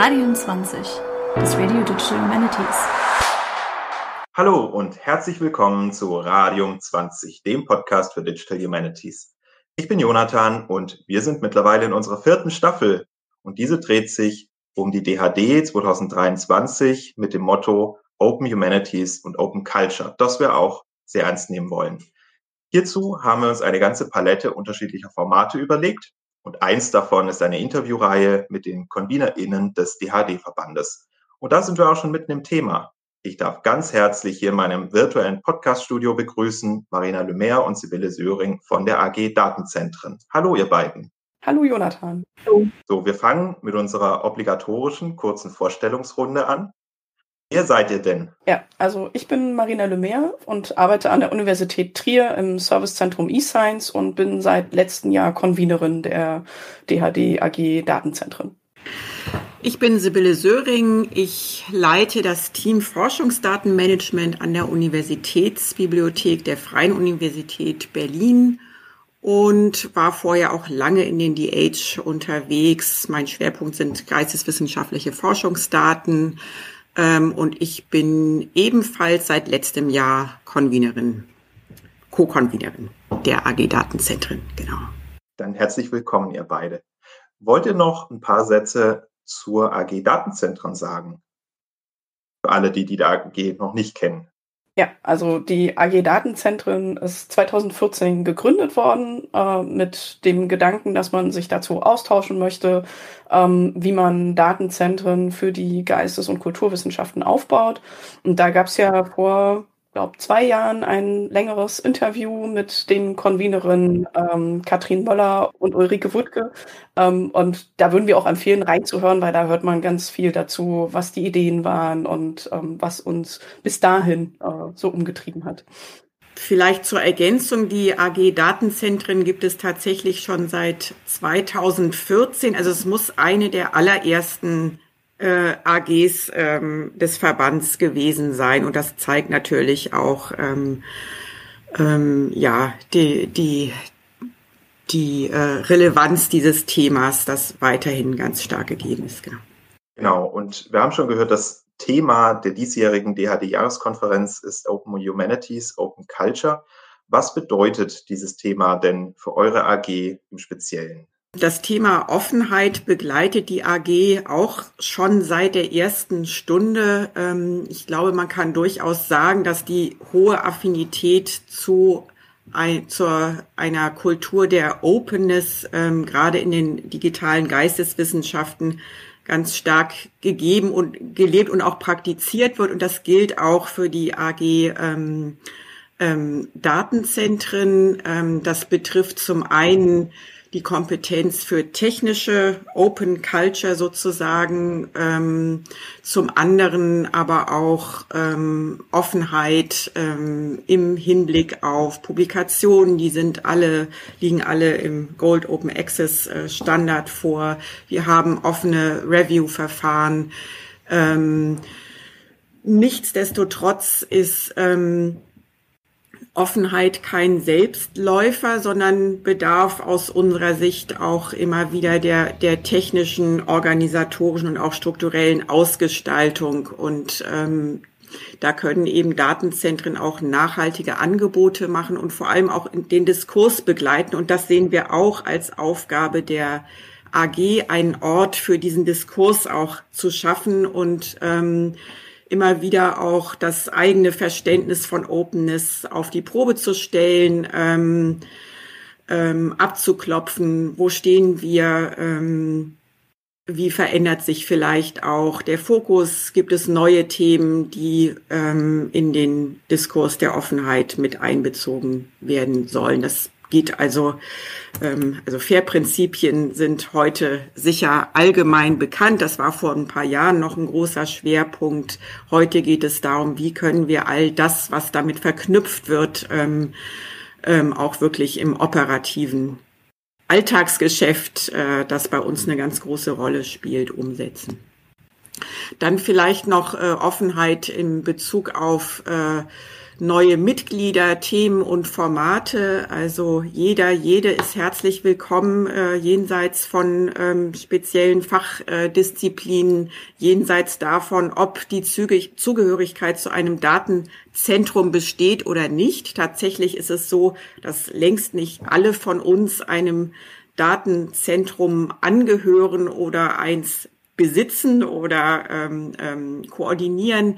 Radium 20, das Radio Digital Humanities. Hallo und herzlich willkommen zu Radium 20, dem Podcast für Digital Humanities. Ich bin Jonathan und wir sind mittlerweile in unserer 4. Staffel und diese dreht sich um die DHD 2023 mit dem Motto Open Humanities und Open Culture, das wir auch sehr ernst nehmen wollen. Hierzu haben wir uns eine ganze Palette unterschiedlicher Formate überlegt und eins davon ist eine Interviewreihe mit den ConvenerInnen des DHD-Verbandes. Und da sind wir auch schon mitten im Thema. Ich darf ganz herzlich hier in meinem virtuellen Podcast-Studio begrüßen Marina Le Maire und Sibylle Söring von der AG Datenzentren. Hallo ihr beiden. Hallo Jonathan. Hallo. So, wir fangen mit unserer obligatorischen kurzen Vorstellungsrunde an. Wer seid ihr denn? Ja, also ich bin Marina Le Maire und arbeite an der Universität Trier im Servicezentrum eScience und bin seit letztem Jahr Convenerin der DHD AG Datenzentren. Ich bin Sibylle Söring. Ich leite das Team Forschungsdatenmanagement an der Universitätsbibliothek der Freien Universität Berlin und war vorher auch lange in den DH unterwegs. Mein Schwerpunkt sind geisteswissenschaftliche Forschungsdaten. Und ich bin ebenfalls seit letztem Jahr Co-Convenerin der AG Datenzentren. Genau. Dann herzlich willkommen, ihr beide. Wollt ihr noch ein paar Sätze zur AG Datenzentren sagen? Für alle, die AG noch nicht kennen. Ja, also die AG Datenzentren ist 2014 gegründet worden mit dem Gedanken, dass man sich dazu austauschen möchte, wie man Datenzentren für die Geistes- und Kulturwissenschaften aufbaut. Und da gab es ja vor, 2 Jahren ein längeres Interview mit den Convenerinnen Katrin Möller und Ulrike Wuttke. Und da würden wir auch empfehlen, reinzuhören, weil da hört man ganz viel dazu, was die Ideen waren und was uns bis dahin so umgetrieben hat. Vielleicht zur Ergänzung, die AG Datenzentren gibt es tatsächlich schon seit 2014. Also es muss eine der allerersten AGs des Verbands gewesen sein. Und das zeigt natürlich auch die Relevanz dieses Themas, das weiterhin ganz stark gegeben ist. Genau, und wir haben schon gehört, das Thema der diesjährigen DHD-Jahreskonferenz ist Open Humanities, Open Culture. Was bedeutet dieses Thema denn für eure AG im Speziellen? Das Thema Offenheit begleitet die AG auch schon seit der ersten Stunde. Ich glaube, man kann durchaus sagen, dass die hohe Affinität zu einer Kultur der Openness gerade in den digitalen Geisteswissenschaften ganz stark gegeben und gelebt und auch praktiziert wird. Und das gilt auch für die AG Datenzentren. Das betrifft zum einen die Kompetenz für technische Open Culture sozusagen, zum anderen aber auch Offenheit im Hinblick auf Publikationen. Die liegen alle im Gold Open Access Standard vor. Wir haben offene Review-Verfahren. Nichtsdestotrotz ist Offenheit kein Selbstläufer, sondern bedarf aus unserer Sicht auch immer wieder der technischen, organisatorischen und auch strukturellen Ausgestaltung. Und da können eben Datenzentren auch nachhaltige Angebote machen und vor allem auch den Diskurs begleiten. Und das sehen wir auch als Aufgabe der AG, einen Ort für diesen Diskurs auch zu schaffen und immer wieder auch das eigene Verständnis von Openness auf die Probe zu stellen, abzuklopfen, wo stehen wir, wie verändert sich vielleicht auch der Fokus, gibt es neue Themen, die in den Diskurs der Offenheit mit einbezogen werden sollen. Das geht also FAIR-Prinzipien sind heute sicher allgemein bekannt. Das war vor ein paar Jahren noch ein großer Schwerpunkt. Heute geht es darum, wie können wir all das, was damit verknüpft wird, auch wirklich im operativen Alltagsgeschäft, das bei uns eine ganz große Rolle spielt, umsetzen. Dann vielleicht noch Offenheit in Bezug auf neue Mitglieder, Themen und Formate. Also jede ist herzlich willkommen, jenseits von speziellen Fachdisziplinen, jenseits davon, ob die Zugehörigkeit zu einem Datenzentrum besteht oder nicht. Tatsächlich ist es so, dass längst nicht alle von uns einem Datenzentrum angehören oder eins besitzen oder koordinieren.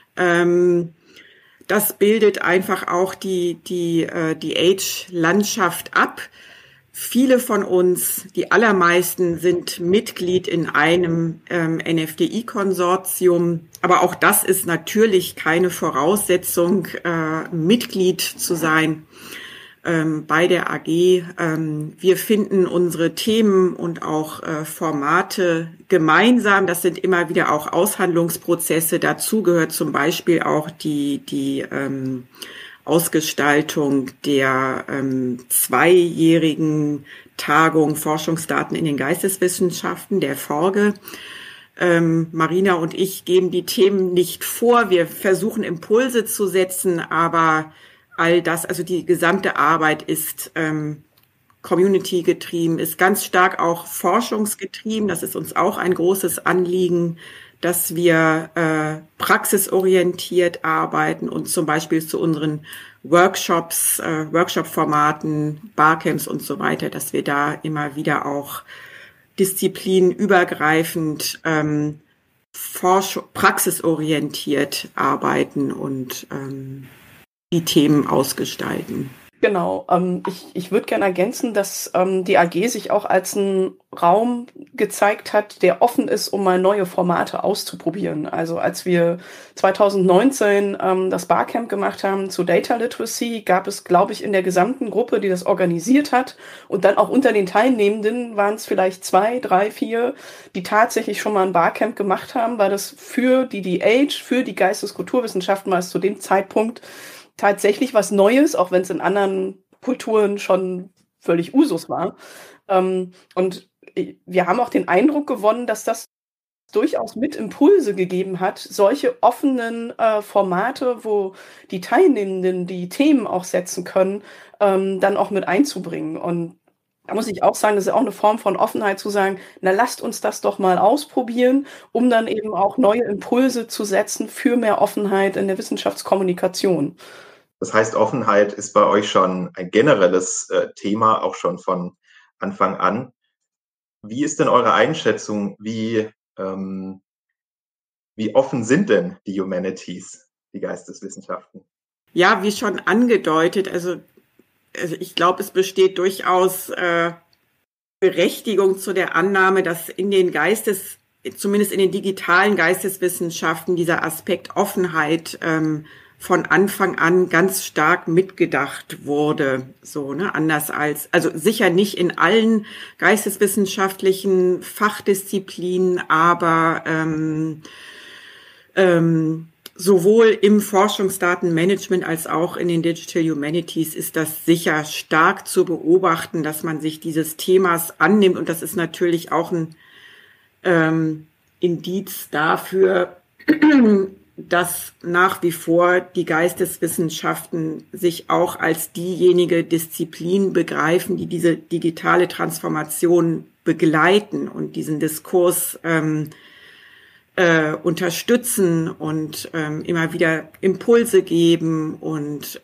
Das bildet einfach auch die Age-Landschaft ab. Viele von uns, die allermeisten, sind Mitglied in einem NFDI-Konsortium. Aber auch das ist natürlich keine Voraussetzung, Mitglied zu sein bei der AG. Wir finden unsere Themen und auch Formate gemeinsam. Das sind immer wieder auch Aushandlungsprozesse. Dazu gehört zum Beispiel auch die Ausgestaltung der zweijährigen Tagung Forschungsdaten in den Geisteswissenschaften, der FORGE. Marina und ich geben die Themen nicht vor. Wir versuchen Impulse zu setzen, aber all das, also die gesamte Arbeit ist community-getrieben, ist ganz stark auch forschungsgetrieben. Das ist uns auch ein großes Anliegen, dass wir praxisorientiert arbeiten und zum Beispiel zu unseren Workshops, Workshop-Formaten, Barcamps und so weiter, dass wir da immer wieder auch disziplinübergreifend praxisorientiert arbeiten und die Themen ausgestalten. Genau. Ich würde gerne ergänzen, dass die AG sich auch als ein Raum gezeigt hat, der offen ist, um mal neue Formate auszuprobieren. Also als wir 2019 das Barcamp gemacht haben zu Data Literacy, gab es, glaube ich, in der gesamten Gruppe, die das organisiert hat, und dann auch unter den Teilnehmenden waren es vielleicht 2, 3, 4, die tatsächlich schon mal ein Barcamp gemacht haben, weil das für die DH, für die Geisteskulturwissenschaften war es zu dem Zeitpunkt tatsächlich was Neues, auch wenn es in anderen Kulturen schon völlig Usus war. Und wir haben auch den Eindruck gewonnen, dass das durchaus mit Impulse gegeben hat, solche offenen Formate, wo die Teilnehmenden die Themen auch setzen können, dann auch mit einzubringen. Und da muss ich auch sagen, das ist auch eine Form von Offenheit zu sagen, na, lasst uns das doch mal ausprobieren, um dann eben auch neue Impulse zu setzen für mehr Offenheit in der Wissenschaftskommunikation. Das heißt, Offenheit ist bei euch schon ein generelles Thema, auch schon von Anfang an. Wie ist denn eure Einschätzung? Wie offen sind denn die Humanities, die Geisteswissenschaften? Ja, wie schon angedeutet, also ich glaube, es besteht durchaus Berechtigung zu der Annahme, dass in den zumindest in den digitalen Geisteswissenschaften dieser Aspekt Offenheit von Anfang an ganz stark mitgedacht wurde, so, ne, anders also sicher nicht in allen geisteswissenschaftlichen Fachdisziplinen, aber sowohl im Forschungsdatenmanagement als auch in den Digital Humanities ist das sicher stark zu beobachten, dass man sich dieses Themas annimmt. Und das ist natürlich auch ein Indiz dafür, dass nach wie vor die Geisteswissenschaften sich auch als diejenige Disziplin begreifen, die diese digitale Transformation begleiten und diesen Diskurs unterstützen und immer wieder Impulse geben und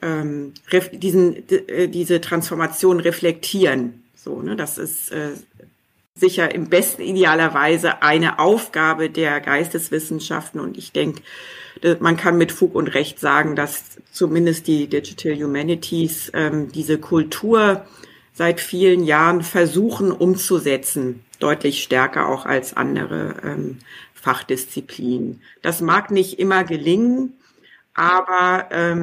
diese Transformation reflektieren. So, ne, das ist sicher im besten idealerweise eine Aufgabe der Geisteswissenschaften, und ich denke, man kann mit Fug und Recht sagen, dass zumindest die Digital Humanities diese Kultur seit vielen Jahren versuchen umzusetzen, deutlich stärker auch als andere Fachdisziplinen. Das mag nicht immer gelingen, aber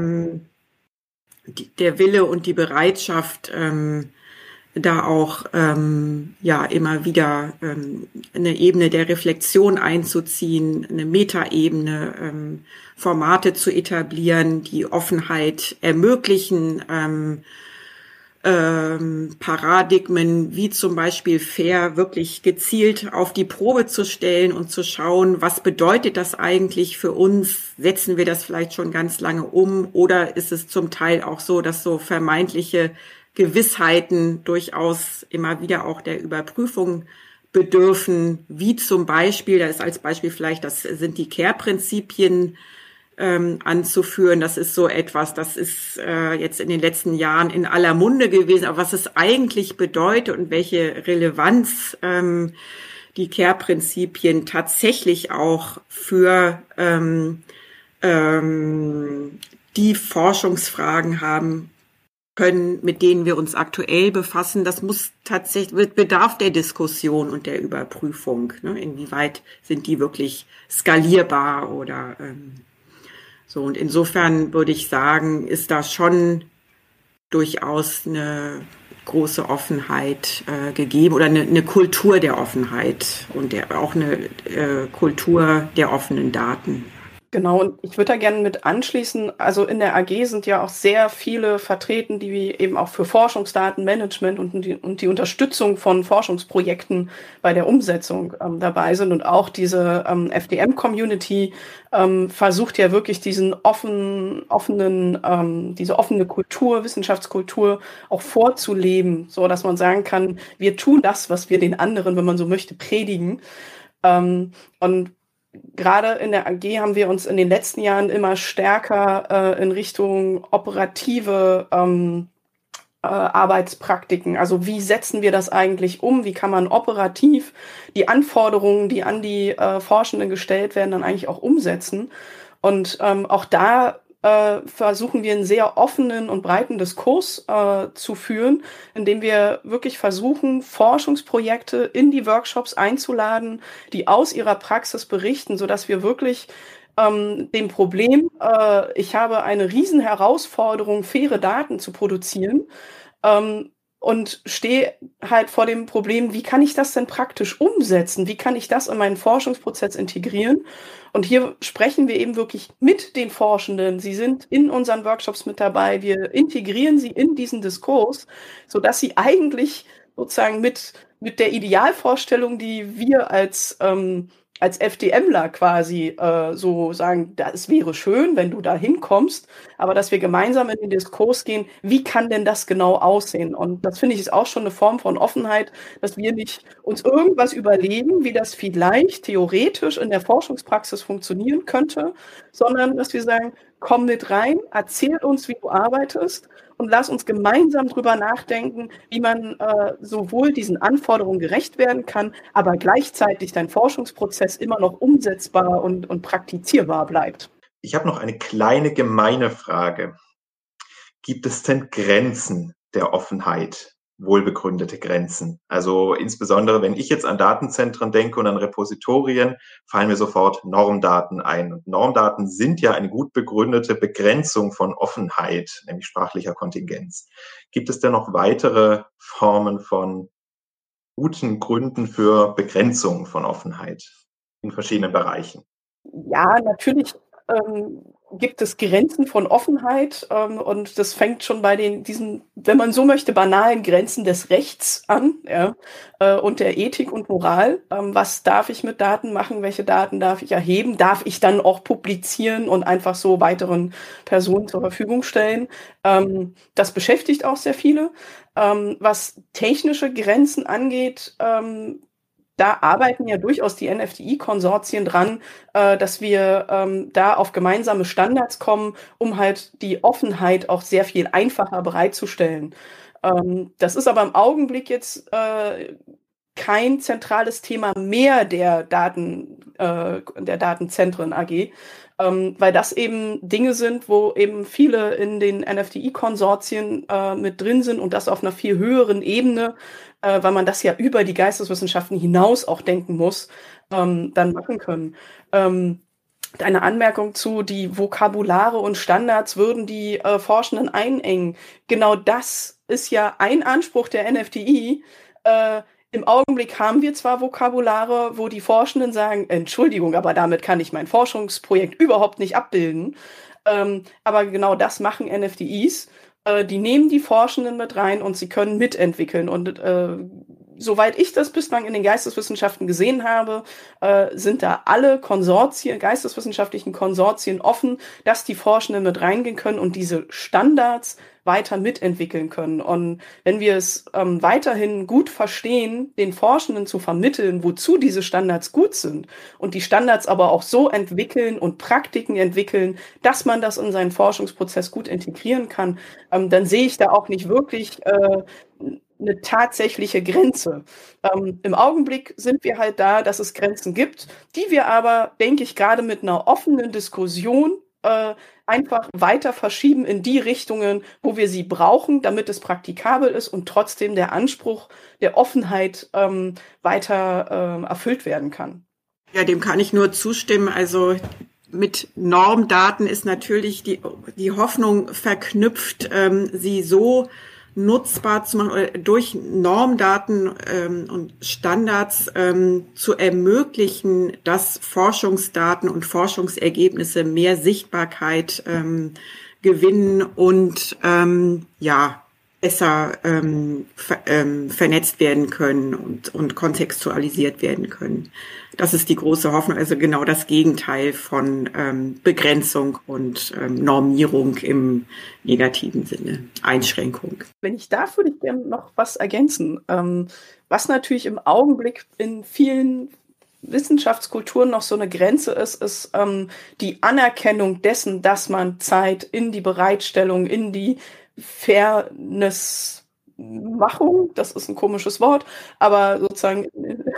der Wille und die Bereitschaft, da auch immer wieder eine Ebene der Reflexion einzuziehen, eine Metaebene, Formate zu etablieren, die Offenheit ermöglichen, Paradigmen wie zum Beispiel FAIR wirklich gezielt auf die Probe zu stellen und zu schauen, was bedeutet das eigentlich für uns? Setzen wir das vielleicht schon ganz lange um oder ist es zum Teil auch so, dass so vermeintliche Gewissheiten durchaus immer wieder auch der Überprüfung bedürfen, wie zum Beispiel, da ist als Beispiel vielleicht, das sind die CARE-Prinzipien anzuführen. Das ist so etwas, das ist jetzt in den letzten Jahren in aller Munde gewesen. Aber was es eigentlich bedeutet und welche Relevanz die CARE-Prinzipien tatsächlich auch für die Forschungsfragen haben können, mit denen wir uns aktuell befassen, das muss tatsächlich, bedarf der Diskussion und der Überprüfung. Ne? Inwieweit sind die wirklich skalierbar oder so, und insofern würde ich sagen, ist da schon durchaus eine große Offenheit gegeben oder eine Kultur der Offenheit und auch eine Kultur der offenen Daten. Genau, und ich würde da gerne mit anschließen, also in der AG sind ja auch sehr viele vertreten, die eben auch für Forschungsdatenmanagement und die Unterstützung von Forschungsprojekten bei der Umsetzung dabei sind. Und auch diese FDM-Community versucht ja wirklich diese offene Kultur, Wissenschaftskultur auch vorzuleben, so dass man sagen kann, wir tun das, was wir den anderen, wenn man so möchte, predigen. Und gerade in der AG haben wir uns in den letzten Jahren immer stärker in Richtung operative Arbeitspraktiken, also wie setzen wir das eigentlich um, wie kann man operativ die Anforderungen, die an die Forschenden gestellt werden, dann eigentlich auch umsetzen. Und auch da versuchen wir einen sehr offenen und breiten Diskurs zu führen, indem wir wirklich versuchen, Forschungsprojekte in die Workshops einzuladen, die aus ihrer Praxis berichten, sodass wir wirklich dem Problem, ich habe eine Riesenherausforderung, faire Daten zu produzieren, und stehe halt vor dem Problem, wie kann ich das denn praktisch umsetzen? Wie kann ich das in meinen Forschungsprozess integrieren? Und hier sprechen wir eben wirklich mit den Forschenden. Sie sind in unseren Workshops mit dabei. Wir integrieren sie in diesen Diskurs, sodass sie eigentlich sozusagen mit der Idealvorstellung, die wir als FDMler quasi so sagen, es wäre schön, wenn du da hinkommst, aber dass wir gemeinsam in den Diskurs gehen, wie kann denn das genau aussehen? Und das finde ich ist auch schon eine Form von Offenheit, dass wir nicht uns irgendwas überlegen, wie das vielleicht theoretisch in der Forschungspraxis funktionieren könnte, sondern dass wir sagen, komm mit rein, erzähl uns, wie du arbeitest und lass uns gemeinsam drüber nachdenken, wie man sowohl diesen Anforderungen gerecht werden kann, aber gleichzeitig dein Forschungsprozess immer noch umsetzbar und praktizierbar bleibt. Ich habe noch eine kleine gemeine Frage. Gibt es denn Grenzen der Offenheit? Wohlbegründete Grenzen. Also insbesondere, wenn ich jetzt an Datenzentren denke und an Repositorien, fallen mir sofort Normdaten ein. Und Normdaten sind ja eine gut begründete Begrenzung von Offenheit, nämlich sprachlicher Kontingenz. Gibt es denn noch weitere Formen von guten Gründen für Begrenzung von Offenheit in verschiedenen Bereichen? Ja, natürlich gibt es Grenzen von Offenheit und das fängt schon bei diesen, wenn man so möchte, banalen Grenzen des Rechts an, ja, und der Ethik und Moral. Was darf ich mit Daten machen? Welche Daten darf ich erheben? Darf ich dann auch publizieren und einfach so weiteren Personen zur Verfügung stellen? Das beschäftigt auch sehr viele. Was technische Grenzen angeht, da arbeiten ja durchaus die NFDI-Konsortien dran, dass wir da auf gemeinsame Standards kommen, um halt die Offenheit auch sehr viel einfacher bereitzustellen. Das ist aber im Augenblick jetzt kein zentrales Thema mehr der Datenzentren AG, weil das eben Dinge sind, wo eben viele in den NFDI-Konsortien mit drin sind und das auf einer viel höheren Ebene, weil man das ja über die Geisteswissenschaften hinaus auch denken muss, dann machen können. Eine Anmerkung zu, die Vokabulare und Standards würden die Forschenden einengen. Genau das ist ja ein Anspruch der NFDI. Im Augenblick haben wir zwar Vokabulare, wo die Forschenden sagen, Entschuldigung, aber damit kann ich mein Forschungsprojekt überhaupt nicht abbilden. Aber genau das machen NFDIs. die nehmen die Forschenden mit rein und sie können mitentwickeln. Und soweit ich das bislang in den Geisteswissenschaften gesehen habe, sind da alle Konsortien, geisteswissenschaftlichen Konsortien offen, dass die Forschenden mit reingehen können und diese Standards weiter mitentwickeln können. Und wenn wir es weiterhin gut verstehen, den Forschenden zu vermitteln, wozu diese Standards gut sind und die Standards aber auch so entwickeln und Praktiken entwickeln, dass man das in seinen Forschungsprozess gut integrieren kann, dann sehe ich da auch nicht wirklich eine tatsächliche Grenze. Im Augenblick sind wir halt da, dass es Grenzen gibt, die wir aber, denke ich, gerade mit einer offenen Diskussion einfach weiter verschieben in die Richtungen, wo wir sie brauchen, damit es praktikabel ist und trotzdem der Anspruch der Offenheit weiter erfüllt werden kann. Ja, dem kann ich nur zustimmen. Also mit Normdaten ist natürlich die Hoffnung verknüpft, sie so nutzbar zu machen oder durch Normdaten und Standards zu ermöglichen, dass Forschungsdaten und Forschungsergebnisse mehr Sichtbarkeit gewinnen und besser vernetzt werden können und kontextualisiert werden können. Das ist die große Hoffnung, also genau das Gegenteil von Begrenzung und Normierung im negativen Sinne, Einschränkung. Wenn ich darf, würde ich gerne noch was ergänzen. Was natürlich im Augenblick in vielen Wissenschaftskulturen noch so eine Grenze ist die Anerkennung dessen, dass man Zeit in die Bereitstellung, in die Fairnessmachung, das ist ein komisches Wort, aber sozusagen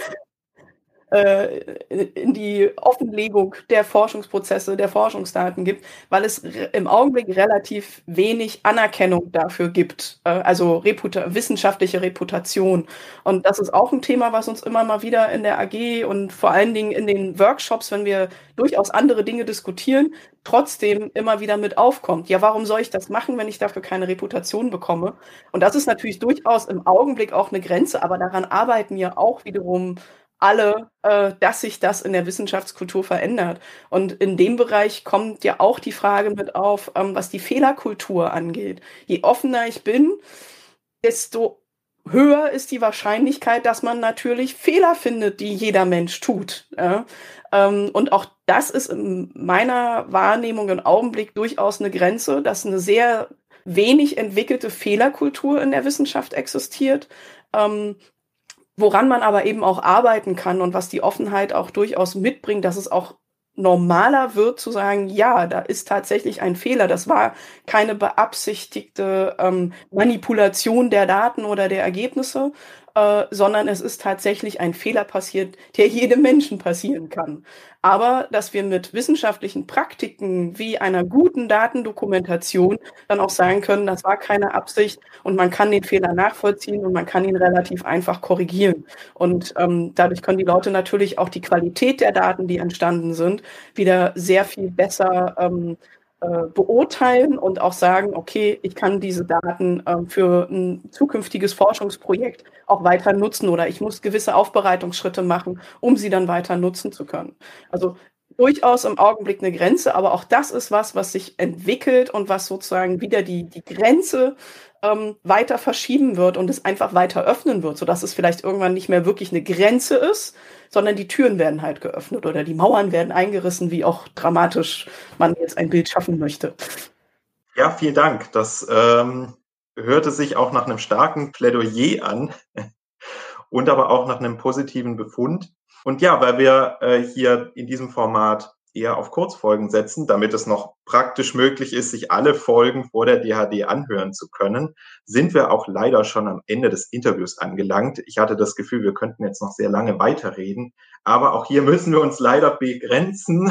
in die Offenlegung der Forschungsprozesse, der Forschungsdaten gibt, weil es im Augenblick relativ wenig Anerkennung dafür gibt, also wissenschaftliche Reputation. Und das ist auch ein Thema, was uns immer mal wieder in der AG und vor allen Dingen in den Workshops, wenn wir durchaus andere Dinge diskutieren, trotzdem immer wieder mit aufkommt. Ja, warum soll ich das machen, wenn ich dafür keine Reputation bekomme? Und das ist natürlich durchaus im Augenblick auch eine Grenze, aber daran arbeiten ja auch wiederum alle, dass sich das in der Wissenschaftskultur verändert. Und in dem Bereich kommt ja auch die Frage mit auf, was die Fehlerkultur angeht. Je offener ich bin, desto höher ist die Wahrscheinlichkeit, dass man natürlich Fehler findet, die jeder Mensch tut. Ja? Und auch das ist in meiner Wahrnehmung im Augenblick durchaus eine Grenze, dass eine sehr wenig entwickelte Fehlerkultur in der Wissenschaft existiert. Woran man aber eben auch arbeiten kann und was die Offenheit auch durchaus mitbringt, dass es auch normaler wird zu sagen, ja, da ist tatsächlich ein Fehler. Das war keine beabsichtigte Manipulation der Daten oder der Ergebnisse, sondern es ist tatsächlich ein Fehler passiert, der jedem Menschen passieren kann. Aber dass wir mit wissenschaftlichen Praktiken wie einer guten Datendokumentation dann auch sagen können, das war keine Absicht und man kann den Fehler nachvollziehen und man kann ihn relativ einfach korrigieren. Und dadurch können die Leute natürlich auch die Qualität der Daten, die entstanden sind, wieder sehr viel besser beurteilen und auch sagen, okay, ich kann diese Daten für ein zukünftiges Forschungsprojekt auch weiter nutzen oder ich muss gewisse Aufbereitungsschritte machen, um sie dann weiter nutzen zu können. Also durchaus im Augenblick eine Grenze, aber auch das ist was sich entwickelt und was sozusagen wieder die Grenze weiter verschieben wird und es einfach weiter öffnen wird, sodass es vielleicht irgendwann nicht mehr wirklich eine Grenze ist, sondern die Türen werden halt geöffnet oder die Mauern werden eingerissen, wie auch dramatisch man jetzt ein Bild schaffen möchte. Ja, vielen Dank. Das hörte sich auch nach einem starken Plädoyer an und aber auch nach einem positiven Befund. Und ja, weil wir hier in diesem Format eher auf Kurzfolgen setzen, damit es noch praktisch möglich ist, sich alle Folgen vor der DHD anhören zu können, sind wir auch leider schon am Ende des Interviews angelangt. Ich hatte das Gefühl, wir könnten jetzt noch sehr lange weiterreden, aber auch hier müssen wir uns leider begrenzen.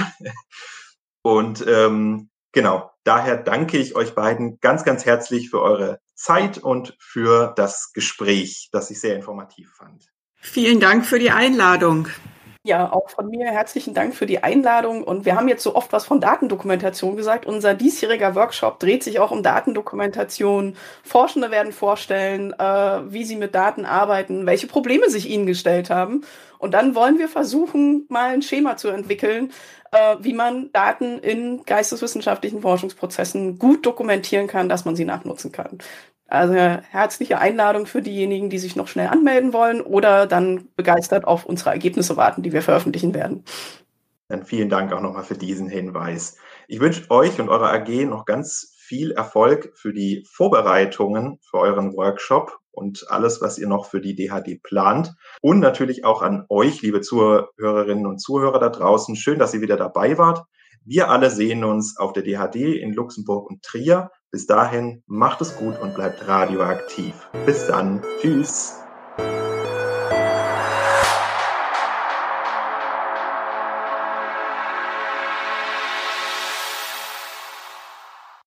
Und genau, daher danke ich euch beiden ganz, ganz herzlich für eure Zeit und für das Gespräch, das ich sehr informativ fand. Vielen Dank für die Einladung. Ja, auch von mir herzlichen Dank für die Einladung. Und wir haben jetzt so oft was von Datendokumentation gesagt. Unser diesjähriger Workshop dreht sich auch um Datendokumentation. Forschende werden vorstellen, wie sie mit Daten arbeiten, welche Probleme sich ihnen gestellt haben. Und dann wollen wir versuchen, mal ein Schema zu entwickeln, wie man Daten in geisteswissenschaftlichen Forschungsprozessen gut dokumentieren kann, dass man sie nachnutzen kann. Also herzliche Einladung für diejenigen, die sich noch schnell anmelden wollen oder dann begeistert auf unsere Ergebnisse warten, die wir veröffentlichen werden. Dann vielen Dank auch nochmal für diesen Hinweis. Ich wünsche euch und eurer AG noch ganz viel Erfolg für die Vorbereitungen für euren Workshop und alles, was ihr noch für die DHD plant. Und natürlich auch an euch, liebe Zuhörerinnen und Zuhörer da draußen. Schön, dass ihr wieder dabei wart. Wir alle sehen uns auf der DHD in Luxemburg und Trier. Bis dahin, macht es gut und bleibt radioaktiv. Bis dann. Tschüss.